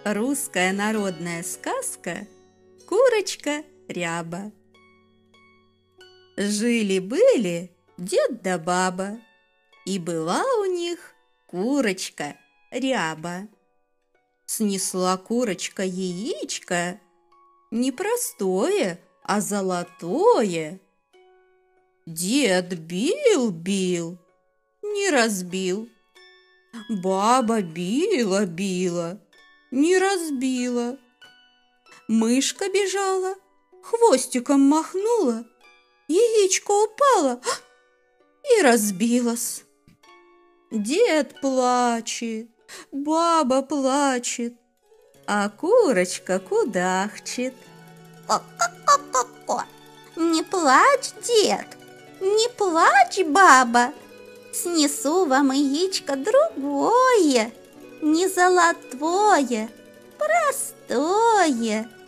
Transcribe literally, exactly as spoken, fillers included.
Русская народная сказка «Курочка-ряба». Жили-были дед да баба, и была у них курочка-ряба. Снесла курочка яичко, не простое, а золотое. Дед бил-бил, не разбил. Баба била-била, не разбила. Мышка бежала, хвостиком махнула, яичко упало и разбилось. Дед плачет, баба плачет, а курочка кудахчет. Ко-ко-ко-ко-ко. Не плачь, дед, не плачь, баба. Снесу вам яичко другое, не золотое, простое.